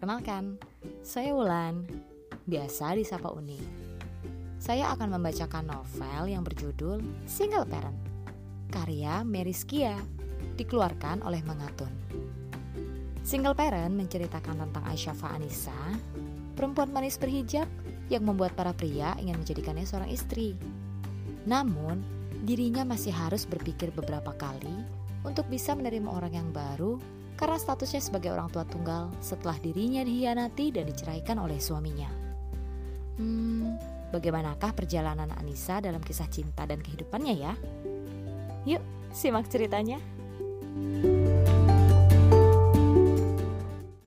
Perkenalkan, saya Wulan, biasa disapa Uni. Saya akan membacakan novel yang berjudul Single Parent, karya Mary Skia, dikeluarkan oleh Mengatun. Single Parent menceritakan tentang Aisyafa Anissa, perempuan manis berhijab yang membuat para pria ingin menjadikannya seorang istri. Namun, dirinya masih harus berpikir beberapa kali untuk bisa menerima orang yang baru karena statusnya sebagai orang tua tunggal setelah dirinya dihianati dan diceraikan oleh suaminya. Bagaimanakah perjalanan Anissa dalam kisah cinta dan kehidupannya ya? Yuk, simak ceritanya.